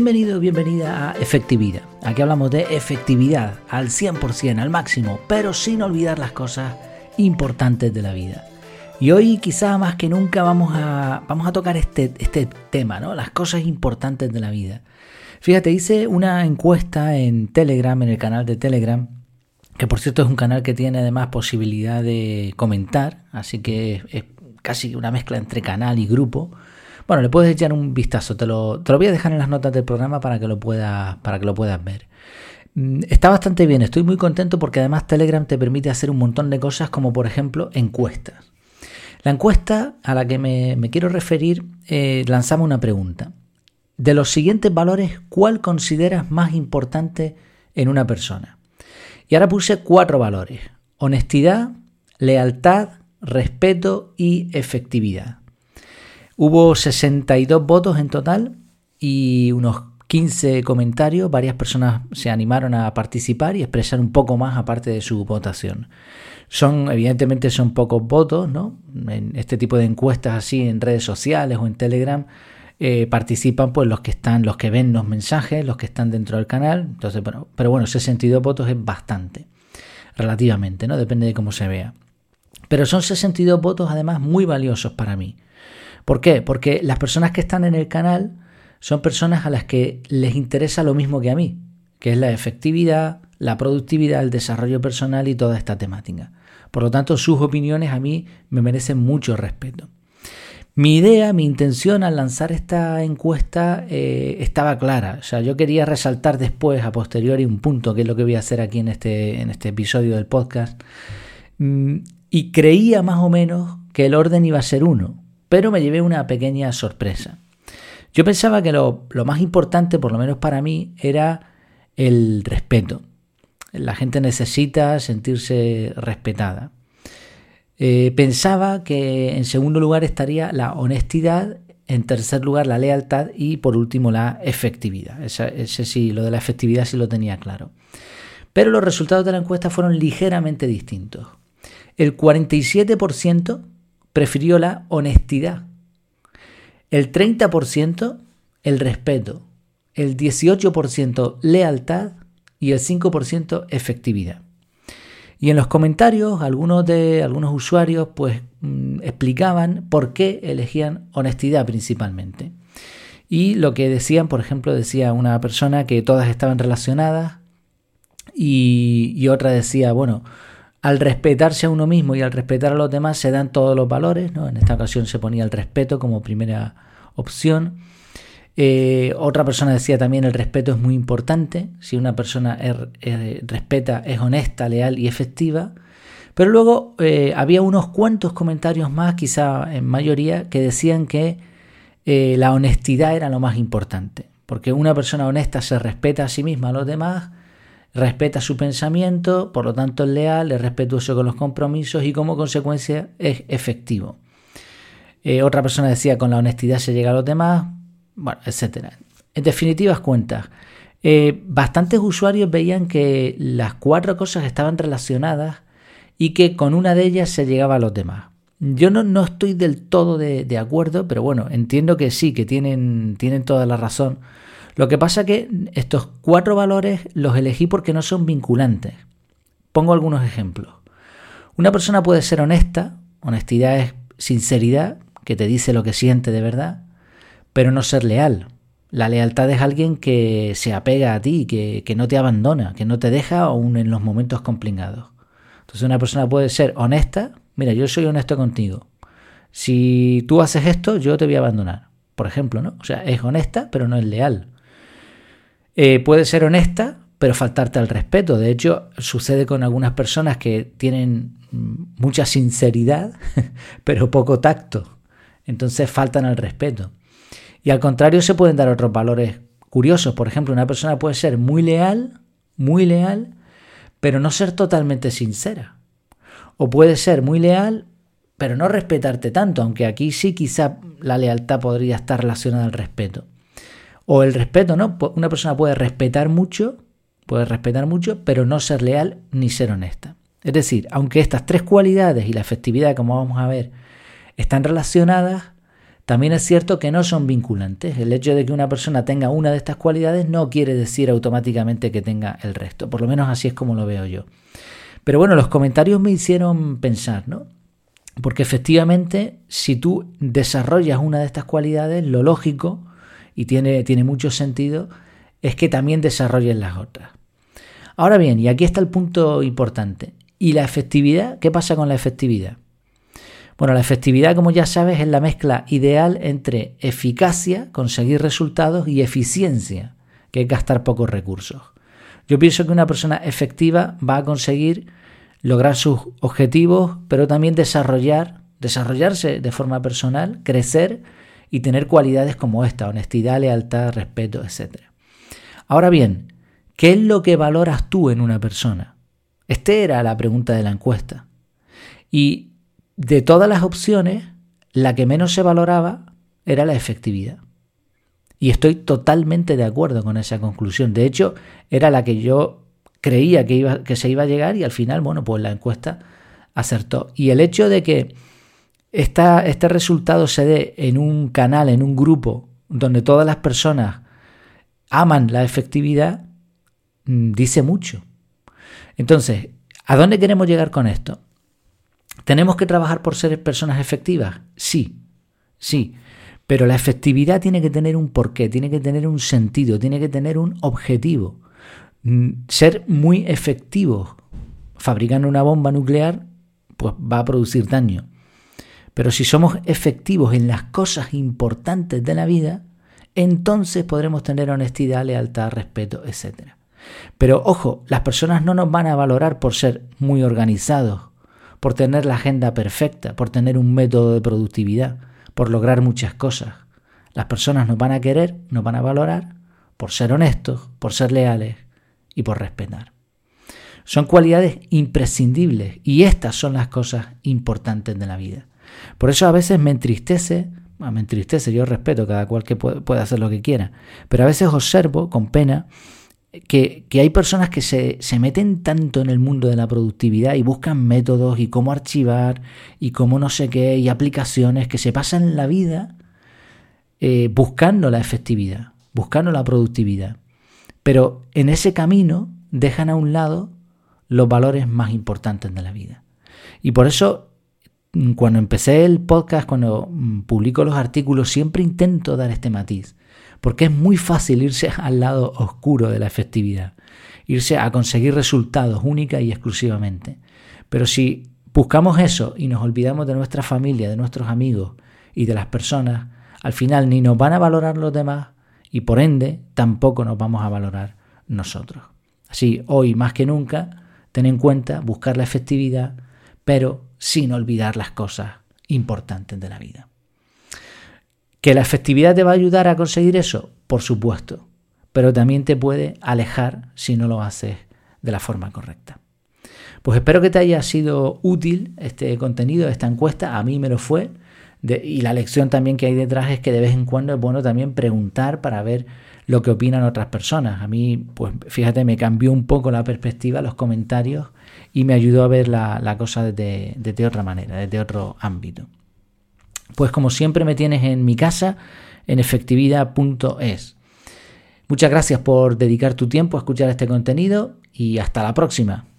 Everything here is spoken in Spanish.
Bienvenido, bienvenida a Efectividad. Aquí hablamos de efectividad al 100%, al máximo, pero sin olvidar las cosas importantes de la vida. Y hoy quizá más que nunca vamos a tocar este tema, ¿no? Las cosas importantes de la vida. Fíjate, hice una encuesta en Telegram, en el canal de Telegram, que por cierto es un canal que tiene además posibilidad de comentar, así que es casi una mezcla entre canal y grupo. Bueno, le puedes echar un vistazo, te lo voy a dejar en las notas del programa para que lo puedas ver. Está bastante bien, estoy muy contento porque además Telegram te permite hacer un montón de cosas como por ejemplo encuestas. La encuesta a la que me quiero referir lanzamos una pregunta. De los siguientes valores, ¿cuál consideras más importante en una persona? Y ahora puse 4 valores: honestidad, lealtad, respeto y efectividad. Hubo 62 votos en total y unos 15 comentarios. Varias personas se animaron a participar y expresar un poco más aparte de su votación. Evidentemente son pocos votos, ¿no? En este tipo de encuestas así en redes sociales o en Telegram participan pues los que ven los mensajes, los que están dentro del canal. Entonces, pero bueno, 62 votos es bastante, relativamente, ¿no? Depende de cómo se vea. Pero son 62 votos además muy valiosos para mí. ¿Por qué? Porque las personas que están en el canal son personas a las que les interesa lo mismo que a mí, que es la efectividad, la productividad, el desarrollo personal y toda esta temática. Por lo tanto, sus opiniones a mí me merecen mucho respeto. Mi intención al lanzar esta encuesta estaba clara. O sea, yo quería resaltar después, a posteriori, un punto, que es lo que voy a hacer aquí en este episodio del podcast. Y creía más o menos que el orden iba a ser uno. Pero me llevé una pequeña sorpresa. Yo pensaba que lo más importante, por lo menos para mí, era el respeto. La gente necesita sentirse respetada. Pensaba que en segundo lugar estaría la honestidad, en tercer lugar la lealtad y por último la efectividad. Ese sí, lo de la efectividad sí lo tenía claro. Pero los resultados de la encuesta fueron ligeramente distintos. El 47% prefirió la honestidad, el 30% el respeto, el 18% lealtad y el 5% efectividad. Y en los comentarios algunos usuarios pues explicaban por qué elegían honestidad principalmente. Y lo que decían, por ejemplo, decía una persona que todas estaban relacionadas y otra decía, bueno, al respetarse a uno mismo y al respetar a los demás se dan todos los valores, ¿no? En esta ocasión se ponía el respeto como primera opción. Otra persona decía también el respeto es muy importante. Si una persona respeta, es honesta, leal y efectiva. Pero luego había unos cuantos comentarios más, quizá en mayoría, que decían que la honestidad era lo más importante. Porque una persona honesta se respeta a sí misma, a los demás, respeta su pensamiento, por lo tanto es leal, es respetuoso con los compromisos y como consecuencia es efectivo. Otra persona decía con la honestidad se llega a los demás, bueno, etcétera. En definitivas cuentas, bastantes usuarios veían que las 4 cosas estaban relacionadas y que con una de ellas se llegaba a los demás. Yo no estoy del todo de acuerdo, pero bueno, entiendo que sí, que tienen toda la razón. Lo que pasa es que estos 4 valores los elegí porque no son vinculantes. Pongo algunos ejemplos. Una persona puede ser honesta, honestidad es sinceridad, que te dice lo que siente de verdad, pero no ser leal. La lealtad es alguien que se apega a ti, que no te abandona, que no te deja aún en los momentos complicados. Entonces una persona puede ser honesta, mira, yo soy honesto contigo. Si tú haces esto, yo te voy a abandonar, por ejemplo, ¿no? O sea, es honesta, pero no es leal. Puede ser honesta, pero faltarte al respeto. De hecho, sucede con algunas personas que tienen mucha sinceridad, pero poco tacto. Entonces faltan al respeto. Y al contrario, se pueden dar otros valores curiosos. Por ejemplo, una persona puede ser muy leal, pero no ser totalmente sincera. O puede ser muy leal, pero no respetarte tanto, aunque aquí sí quizá la lealtad podría estar relacionada al respeto. O el respeto, ¿no? Una persona puede respetar mucho, pero no ser leal ni ser honesta. Es decir, aunque estas 3 cualidades y la efectividad, como vamos a ver, están relacionadas, También es cierto que no son vinculantes. El hecho de que una persona tenga una de estas cualidades no quiere decir automáticamente que tenga el resto. Por lo menos así es como lo veo yo. Pero bueno, los comentarios me hicieron pensar, ¿no? Porque efectivamente, si tú desarrollas una de estas cualidades, lo lógico, y tiene mucho sentido, es que también desarrolles las otras. Ahora bien, y aquí está el punto importante. ¿Y la efectividad? ¿Qué pasa con la efectividad? Bueno, la efectividad, como ya sabes, es la mezcla ideal entre eficacia, conseguir resultados, y eficiencia, que es gastar pocos recursos. Yo pienso que una persona efectiva va a conseguir lograr sus objetivos, pero también desarrollarse de forma personal, crecer y tener cualidades como esta: honestidad, lealtad, respeto, etc. Ahora bien, ¿qué es lo que valoras tú en una persona? Esta era la pregunta de la encuesta. Y de todas las opciones, la que menos se valoraba era la efectividad. Y estoy totalmente de acuerdo con esa conclusión. De hecho, era la que yo creía que se iba a llegar, y al final, bueno, pues la encuesta acertó. Y el hecho de que este resultado se dé en un canal, en un grupo, donde todas las personas aman la efectividad, dice mucho. Entonces, ¿a dónde queremos llegar con esto? ¿Tenemos que trabajar por ser personas efectivas? Sí. Pero la efectividad tiene que tener un porqué, tiene que tener un sentido, tiene que tener un objetivo. Ser muy efectivos fabricando una bomba nuclear, pues va a producir daño. Pero si somos efectivos en las cosas importantes de la vida, entonces podremos tener honestidad, lealtad, respeto, etc. Pero ojo, las personas no nos van a valorar por ser muy organizados, por tener la agenda perfecta, por tener un método de productividad, por lograr muchas cosas. Las personas nos van a querer, nos van a valorar por ser honestos, por ser leales y por respetar. Son cualidades imprescindibles, y estas son las cosas importantes de la vida. Por eso a veces me entristece, yo respeto cada cual que puede hacer lo que quiera, pero a veces observo con pena que hay personas que se meten tanto en el mundo de la productividad y buscan métodos y cómo archivar y cómo no sé qué, y aplicaciones, que se pasan la vida buscando la efectividad, buscando la productividad. Pero en ese camino dejan a un lado los valores más importantes de la vida. Y por eso, cuando empecé el podcast, cuando publico los artículos, siempre intento dar este matiz. Porque es muy fácil irse al lado oscuro de la efectividad, irse a conseguir resultados única y exclusivamente. Pero si buscamos eso y nos olvidamos de nuestra familia, de nuestros amigos y de las personas, al final ni nos van a valorar los demás, y por ende tampoco nos vamos a valorar nosotros. Así, hoy más que nunca, ten en cuenta buscar la efectividad, pero sin olvidar las cosas importantes de la vida. ¿Que la efectividad te va a ayudar a conseguir eso? Por supuesto, pero también te puede alejar si no lo haces de la forma correcta. Pues espero que te haya sido útil este contenido, esta encuesta. A mí me lo fue, y la lección también que hay detrás es que de vez en cuando es bueno también preguntar para ver lo que opinan otras personas. A mí, pues fíjate, me cambió un poco la perspectiva, los comentarios, y me ayudó a ver la cosa desde otra manera, desde otro ámbito. Pues como siempre me tienes en mi casa, en efectividad.es. Muchas gracias por dedicar tu tiempo a escuchar este contenido, y hasta la próxima.